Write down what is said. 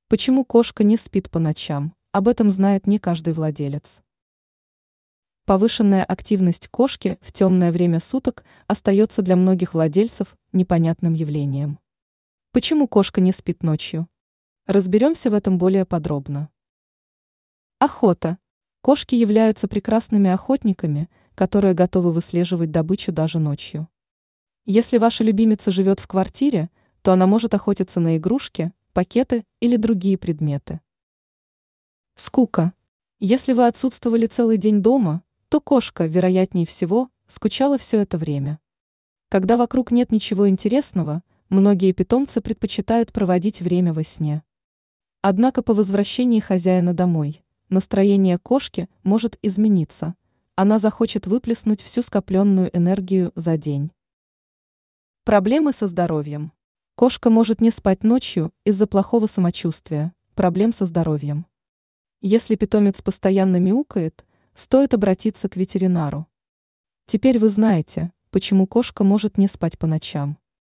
Почему кошка не спит по ночам? Об этом знает не каждый владелец. Повышенная активность кошки в темное время суток остается для многих владельцев непонятным явлением. Почему кошка не спит ночью? Разберемся в этом более подробно. Охота. Кошки являются прекрасными охотниками, которые готовы выслеживать добычу даже ночью. Если ваша любимица живет в квартире, то она может охотиться на игрушки, пакеты или другие предметы. Скука. Если вы отсутствовали целый день дома, то кошка, вероятнее всего, скучала все это время. Когда вокруг нет ничего интересного, многие питомцы предпочитают проводить время во сне. Однако по возвращении хозяина домой настроение кошки может измениться. Она захочет выплеснуть всю скопленную энергию за день. Проблемы со здоровьем. Кошка может не спать ночью из-за плохого самочувствия, проблем со здоровьем. Если питомец постоянно мяукает, стоит обратиться к ветеринару. Теперь вы знаете, почему кошка может не спать по ночам.